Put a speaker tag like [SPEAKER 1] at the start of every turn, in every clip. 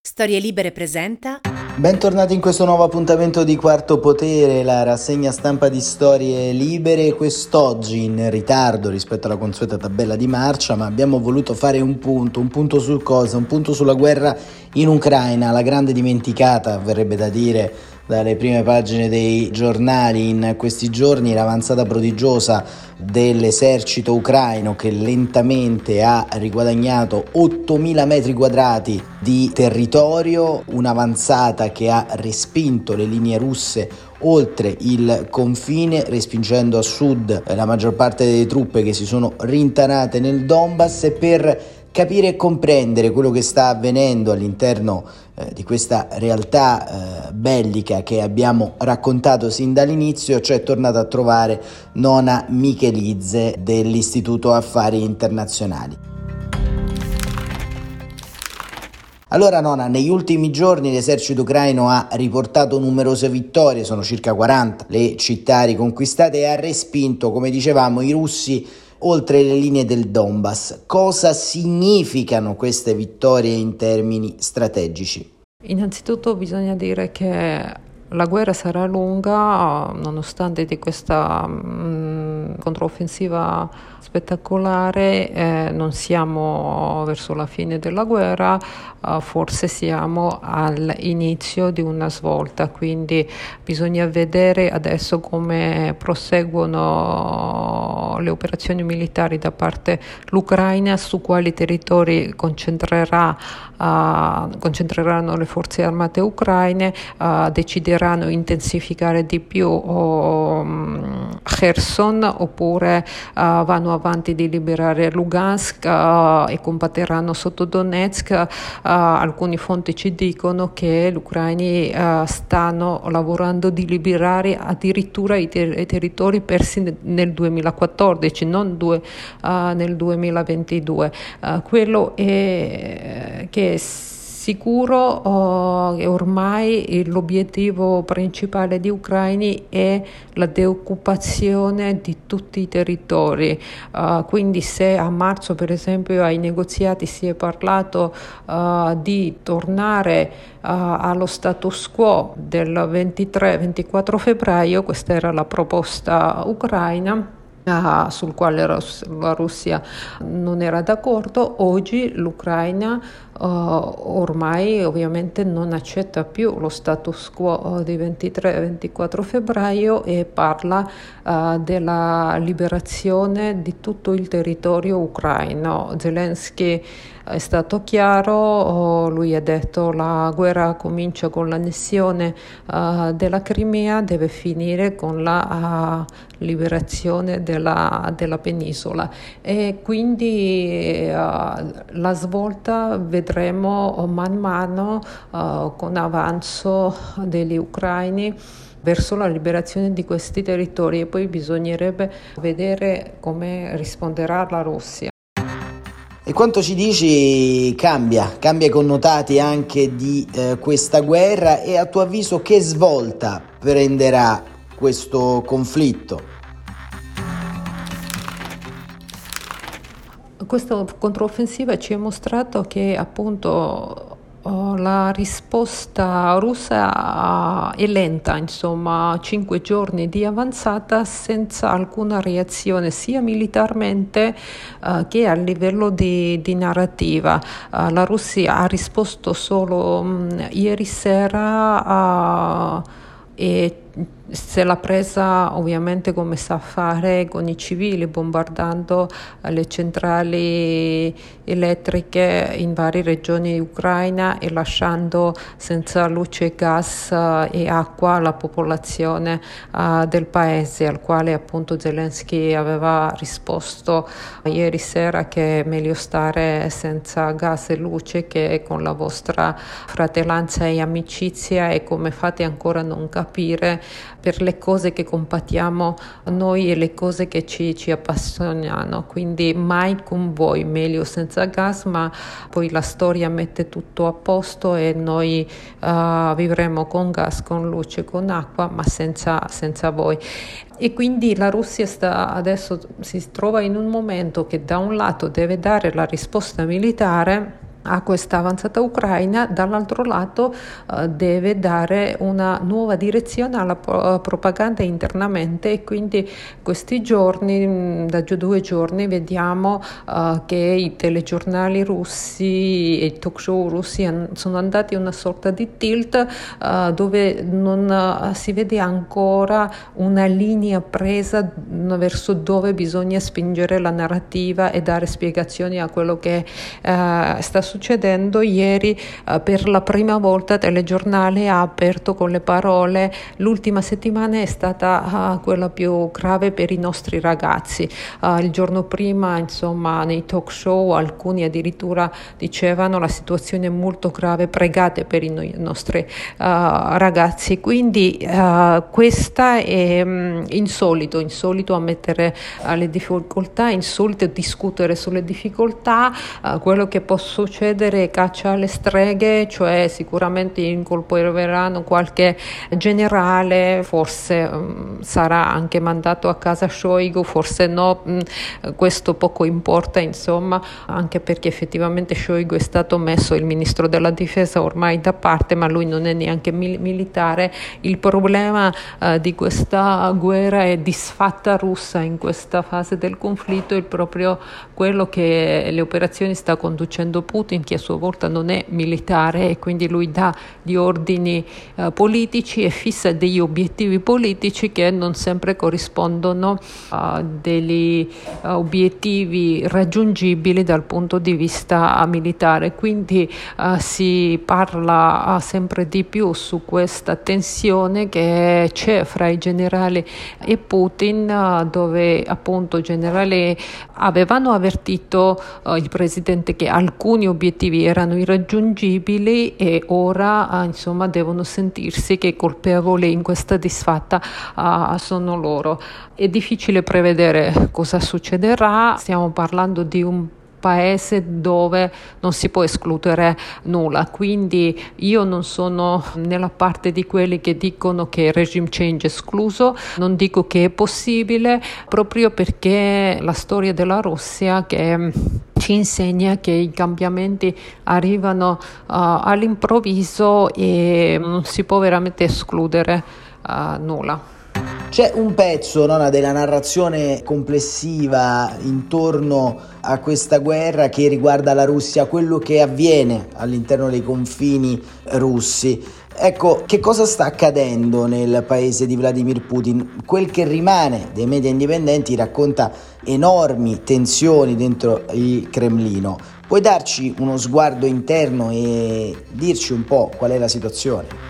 [SPEAKER 1] Storie Libere presenta.
[SPEAKER 2] Bentornati in questo nuovo appuntamento di Quarto Potere, la rassegna stampa di Storie Libere. Quest'oggi in ritardo rispetto alla consueta tabella di marcia, ma abbiamo voluto fare un punto su cosa? Un punto sulla guerra in Ucraina, la grande dimenticata, verrebbe da dire, dalle prime pagine dei giornali in questi giorni, l'avanzata prodigiosa dell'esercito ucraino che lentamente ha riguadagnato 8.000 metri quadrati di territorio, un'avanzata che ha respinto le linee russe oltre il confine, respingendo a sud la maggior parte delle truppe che si sono rintanate nel Donbass. E per capire e comprendere quello che sta avvenendo all'interno di questa realtà bellica che abbiamo raccontato sin dall'inizio, c'è tornata a trovare Nona Michelidze dell'Istituto Affari Internazionali. Allora Nona, negli ultimi giorni l'esercito ucraino ha riportato numerose vittorie, sono circa 40 le città riconquistate, e ha respinto, come dicevamo, i russi oltre le linee del Donbass. Cosa significano queste vittorie in termini strategici?
[SPEAKER 3] Innanzitutto bisogna dire che la guerra sarà lunga, nonostante di questa controffensiva spettacolare. Non siamo verso la fine della guerra, forse siamo all'inizio di una svolta, quindi bisogna vedere adesso come proseguono le operazioni militari da parte dell'Ucraina, su quali territori concentreranno le forze armate ucraine, decideranno intensificare di più Kherson oppure vanno avanti di liberare Lugansk e combatteranno sotto Donetsk. Alcune fonti ci dicono che gli ucraini stanno lavorando di liberare addirittura i territori persi nel 2014, non nel 2022. Quello è che sicuro che ormai l'obiettivo principale di ucraini è la deoccupazione di tutti i territori. Quindi se a marzo, per esempio, ai negoziati si è parlato di tornare allo status quo del 23-24 febbraio, questa era la proposta ucraina, sul quale la Russia non era d'accordo. Oggi l'Ucraina ormai ovviamente non accetta più lo status quo di 23-24 febbraio e parla della liberazione di tutto il territorio ucraino. Zelensky è stato chiaro, lui ha detto la guerra comincia con l'annessione della Crimea, deve finire con la liberazione della penisola, e quindi la svolta vedremo man mano con avanzo degli ucraini verso la liberazione di questi territori, e poi bisognerebbe vedere come risponderà la Russia.
[SPEAKER 2] E quanto ci dici cambia i connotati anche di questa guerra, e a tuo avviso che svolta prenderà questo conflitto?
[SPEAKER 3] Questa controffensiva ci ha mostrato che appunto la risposta russa è lenta, 5 giorni di avanzata senza alcuna reazione sia militarmente che a livello di narrativa. La Russia ha risposto solo ieri sera e se l'ha presa ovviamente come sa fare con i civili, bombardando le centrali elettriche in varie regioni di Ucraina e lasciando senza luce, gas e acqua la popolazione del paese, al quale appunto Zelensky aveva risposto ieri sera che è meglio stare senza gas e luce che con la vostra fratellanza e amicizia, e come fate ancora a non capire per le cose che compatiamo noi e le cose che ci appassionano. Quindi mai con voi, meglio senza gas, ma poi la storia mette tutto a posto e noi vivremo con gas, con luce, con acqua, ma senza voi. E quindi la Russia adesso si trova in un momento che da un lato deve dare la risposta militare a questa avanzata ucraina, dall'altro lato deve dare una nuova direzione alla propaganda internamente, e quindi questi giorni, da 2 giorni, vediamo che i telegiornali russi e i talk show russi sono andati in una sorta di tilt dove non si vede ancora una linea presa verso dove bisogna spingere la narrativa e dare spiegazioni a quello che sta succedendo. Ieri per la prima volta il telegiornale ha aperto con le parole: l'ultima settimana è stata quella più grave per i nostri ragazzi. Il giorno prima, insomma, nei talk show alcuni addirittura dicevano: la situazione è molto grave, pregate per i nostri ragazzi. Quindi questa è insolito a mettere alle difficoltà, insolito discutere sulle difficoltà. Quello che può succedere è caccia alle streghe, cioè sicuramente incolpereranno qualche generale, forse sarà anche mandato a casa Shoigu, forse no, questo poco importa, insomma, anche perché effettivamente Shoigu è stato messo, il ministro della difesa, ormai da parte, ma lui non è neanche militare. Il problema di questa guerra e disfatta russa in questa fase del conflitto è proprio quello che le operazioni sta conducendo Putin, che a sua volta non è militare, e quindi lui dà gli ordini politici e fissa degli obiettivi politici che non sempre corrispondono a degli obiettivi raggiungibili dal punto di vista militare. Quindi si parla sempre di più su questa tensione che c'è fra i generali e Putin, dove appunto i generali avevano avvertito il presidente che alcuni obiettivi erano irraggiungibili, e ora insomma devono sentirsi che i colpevoli in questa disfatta sono loro. È difficile prevedere cosa succederà, stiamo parlando di un paese dove non si può escludere nulla, quindi io non sono nella parte di quelli che dicono che il regime change è escluso, non dico che è possibile, proprio perché la storia della Russia che ci insegna che i cambiamenti arrivano all'improvviso e non si può veramente escludere nulla.
[SPEAKER 2] C'è un pezzo, Nona, della narrazione complessiva intorno a questa guerra che riguarda la Russia, quello che avviene all'interno dei confini russi. Ecco, che cosa sta accadendo nel paese di Vladimir Putin? Quel che rimane dei media indipendenti racconta enormi tensioni dentro il Cremlino. Puoi darci uno sguardo interno e dirci un po' qual è la situazione?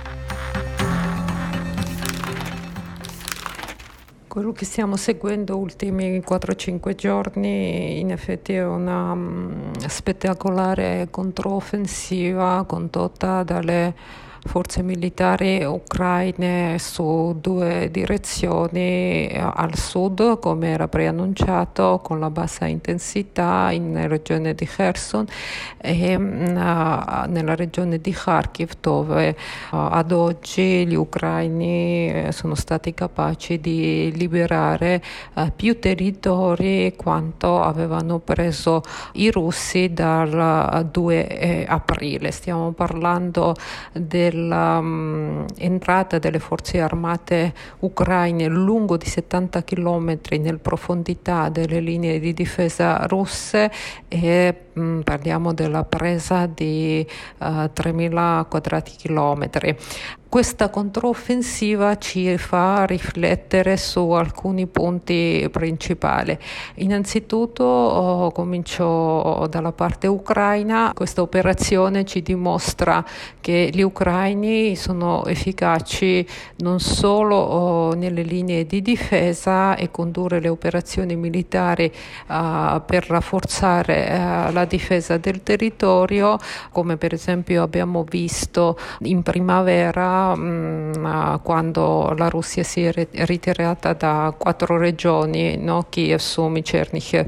[SPEAKER 3] Quello che stiamo seguendo ultimi 4-5 giorni in effetti è una spettacolare controffensiva condotta dalle forze militari ucraine su 2 direzioni: al sud, come era preannunciato, con la bassa intensità in regione di Kherson, e nella regione di Kharkiv, dove ad oggi gli ucraini sono stati capaci di liberare più territori quanto avevano preso i russi dal 2 aprile. Stiamo parlando dell'entrata delle forze armate ucraine lungo di 70 km nel profondità delle linee di difesa russe, e parliamo della presa di 3.000 quadrati chilometri. Questa controffensiva ci fa riflettere su alcuni punti principali. Innanzitutto comincio dalla parte ucraina. Questa operazione ci dimostra che gli ucraini sono efficaci non solo nelle linee di difesa e condurre le operazioni militari per rafforzare la difesa del territorio, come per esempio abbiamo visto in primavera quando la Russia si è ritirata da 4 regioni, no? Kiev, Sumy, Chernihiv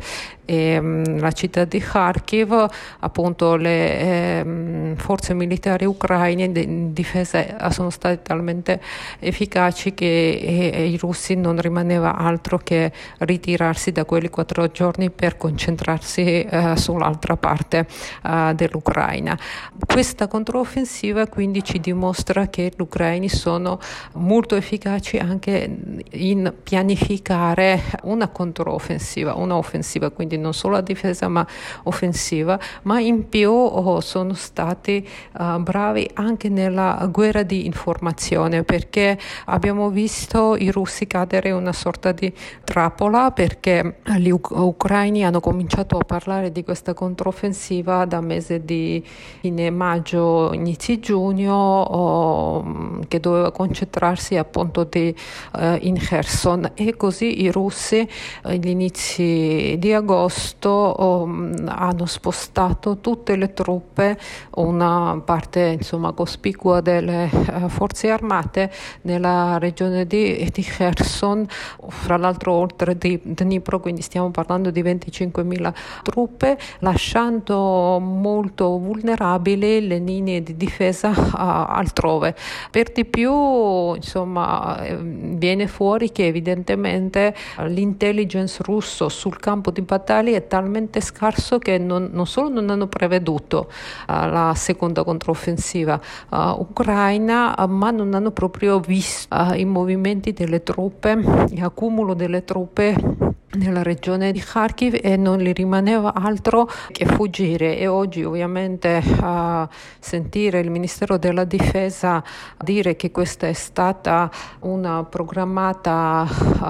[SPEAKER 3] la città di Kharkiv, appunto le forze militari ucraine in difesa sono state talmente efficaci che i russi non rimaneva altro che ritirarsi da quelli 4 giorni per concentrarsi sull'altra parte dell'Ucraina. Questa controffensiva quindi ci dimostra che gli ucraini sono molto efficaci anche in pianificare una controffensiva, una offensiva, quindi non solo a difesa ma offensiva, ma in più sono stati bravi anche nella guerra di informazione, perché abbiamo visto i russi cadere in una sorta di trappola, perché gli ucraini hanno cominciato a parlare di questa controffensiva da mese di fine maggio, inizi giugno, che doveva concentrarsi appunto in Kherson, e così i russi agli inizi di agosto hanno spostato tutte le truppe, una parte insomma cospicua delle forze armate nella regione di Kherson, fra l'altro oltre di Dnipro, quindi stiamo parlando di 25.000 truppe, lasciando molto vulnerabili le linee di difesa altrove. Per di più, insomma, viene fuori che evidentemente l'intelligence russo sul campo di battaglia è talmente scarso che non solo non hanno preveduto la seconda controffensiva ucraina, ma non hanno proprio visto i movimenti delle truppe, l'accumulo delle truppe nella regione di Kharkiv, e non gli rimaneva altro che fuggire. E oggi ovviamente sentire il Ministero della Difesa dire che questa è stata una programmata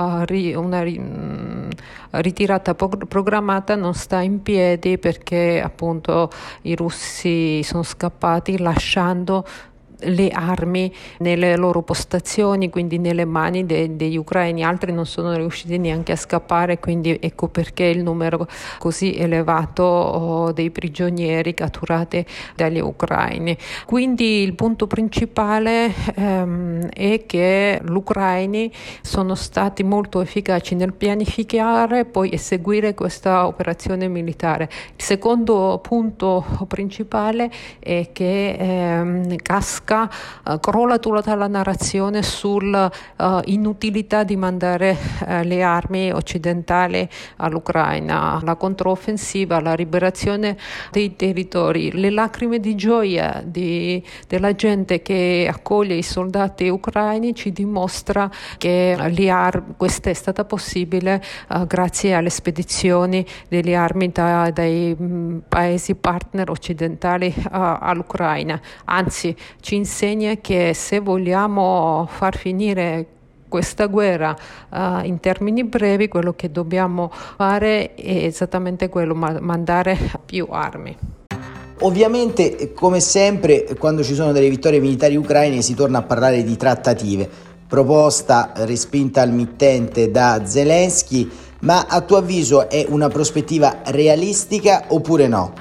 [SPEAKER 3] ritirata programmata non sta in piedi, perché appunto i russi sono scappati lasciando le armi nelle loro postazioni, quindi nelle mani degli ucraini. Altri non sono riusciti neanche a scappare, quindi ecco perché il numero così elevato dei prigionieri catturati dagli ucraini. Quindi il punto principale è che gli ucraini sono stati molto efficaci nel pianificare, poi eseguire questa operazione militare. Il secondo punto principale è che crolla tutta la narrazione sull'inutilità di mandare le armi occidentali all'Ucraina, la controffensiva, la liberazione dei territori, le lacrime di gioia della gente che accoglie i soldati ucraini ci dimostra che questa è stata possibile grazie alle spedizioni delle armi dai paesi partner occidentali all'Ucraina. Anzi, ci insegna che se vogliamo far finire questa guerra in termini brevi, quello che dobbiamo fare è esattamente quello, mandare più armi.
[SPEAKER 2] Ovviamente, come sempre, quando ci sono delle vittorie militari ucraine si torna a parlare di trattative, proposta respinta al mittente da Zelensky, ma a tuo avviso è una prospettiva realistica oppure no?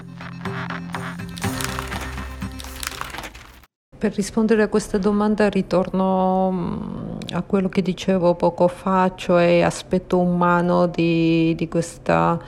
[SPEAKER 3] Per rispondere a questa domanda ritorno a quello che dicevo poco fa, cioè aspetto umano di questa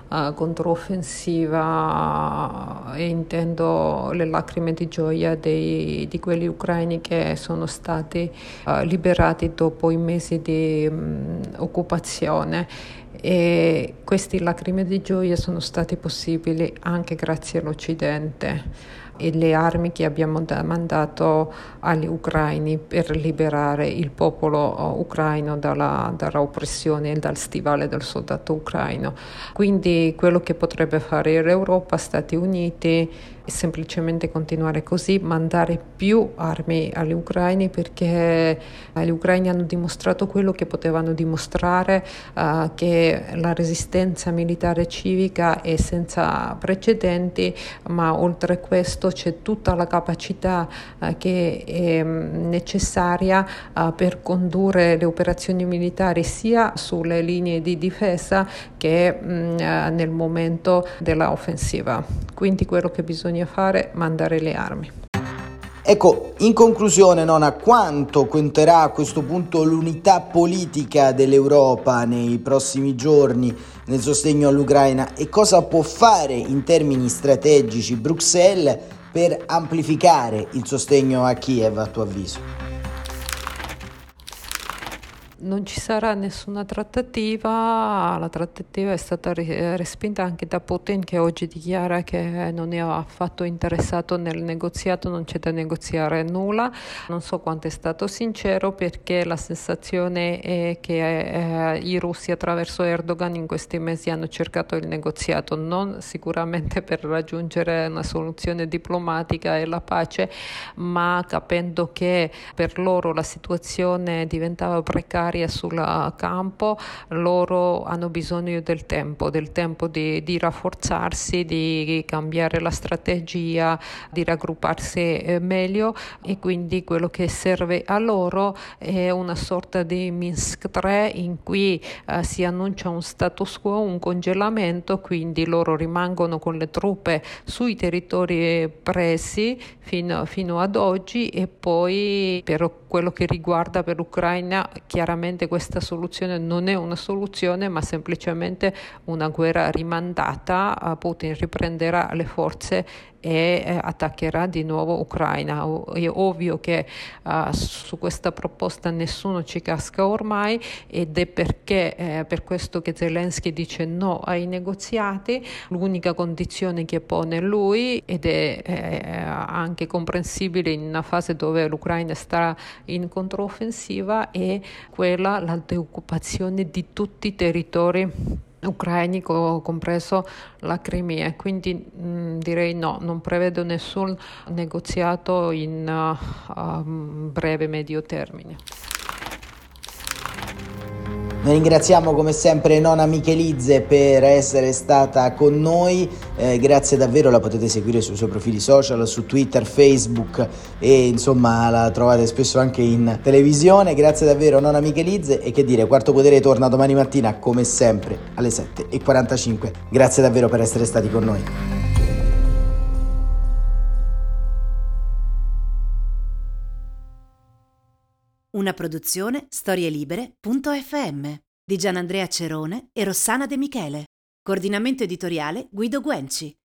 [SPEAKER 3] controffensiva, e intendo le lacrime di gioia di quelli ucraini che sono stati liberati dopo i mesi di occupazione. E queste lacrime di gioia sono state possibili anche grazie all'Occidente e le armi che abbiamo mandato agli ucraini per liberare il popolo ucraino dalla oppressione e dal stivale del soldato ucraino. Quindi quello che potrebbe fare l'Europa, Stati Uniti, è semplicemente continuare così, mandare più armi agli ucraini, perché gli ucraini hanno dimostrato quello che potevano dimostrare, che la resistenza militare e civica è senza precedenti, ma oltre a questo c'è tutta la capacità che è necessaria per condurre le operazioni militari sia sulle linee di difesa che nel momento della offensiva. Quindi quello che bisogna fare è mandare le armi.
[SPEAKER 2] Ecco, in conclusione, Nona, quanto conterà a questo punto l'unità politica dell'Europa nei prossimi giorni nel sostegno all'Ucraina e cosa può fare in termini strategici Bruxelles per amplificare il sostegno a Kiev, a tuo avviso?
[SPEAKER 3] Non ci sarà nessuna trattativa, la trattativa è stata respinta anche da Putin, che oggi dichiara che non è affatto interessato nel negoziato, non c'è da negoziare nulla. Non so quanto è stato sincero, perché la sensazione è che i russi attraverso Erdogan in questi mesi hanno cercato il negoziato, non sicuramente per raggiungere una soluzione diplomatica e la pace, ma capendo che per loro la situazione diventava precaria sul campo, loro hanno bisogno del tempo di rafforzarsi, di cambiare la strategia, di raggrupparsi meglio, e quindi quello che serve a loro è una sorta di Minsk 3 in cui si annuncia un status quo, un congelamento, quindi loro rimangono con le truppe sui territori presi fino ad oggi, e poi per quello che riguarda per l'Ucraina, chiaramente questa soluzione non è una soluzione, ma semplicemente una guerra rimandata. Putin riprenderà le forze e attaccherà di nuovo Ucraina. È ovvio che su questa proposta nessuno ci casca ormai, ed è per questo che Zelensky dice no ai negoziati. L'unica condizione che pone lui, ed è anche comprensibile in una fase dove l'Ucraina sta in controffensiva, è quella, la deoccupazione di tutti i territori ucraini, compreso la Crimea. Quindi direi no, non prevedo nessun negoziato in breve medio termine.
[SPEAKER 2] Noi ringraziamo come sempre Nona Michelizze per essere stata con noi, grazie davvero, la potete seguire sui suoi profili social, su Twitter, Facebook e insomma la trovate spesso anche in televisione. Grazie davvero Nona Michelizze, e che dire, Quarto Potere torna domani mattina come sempre alle 7:45. Grazie davvero per essere stati con noi.
[SPEAKER 1] Una produzione storielibere.fm di Gianandrea Cerone e Rossana De Michele. Coordinamento editoriale Guido Guenci.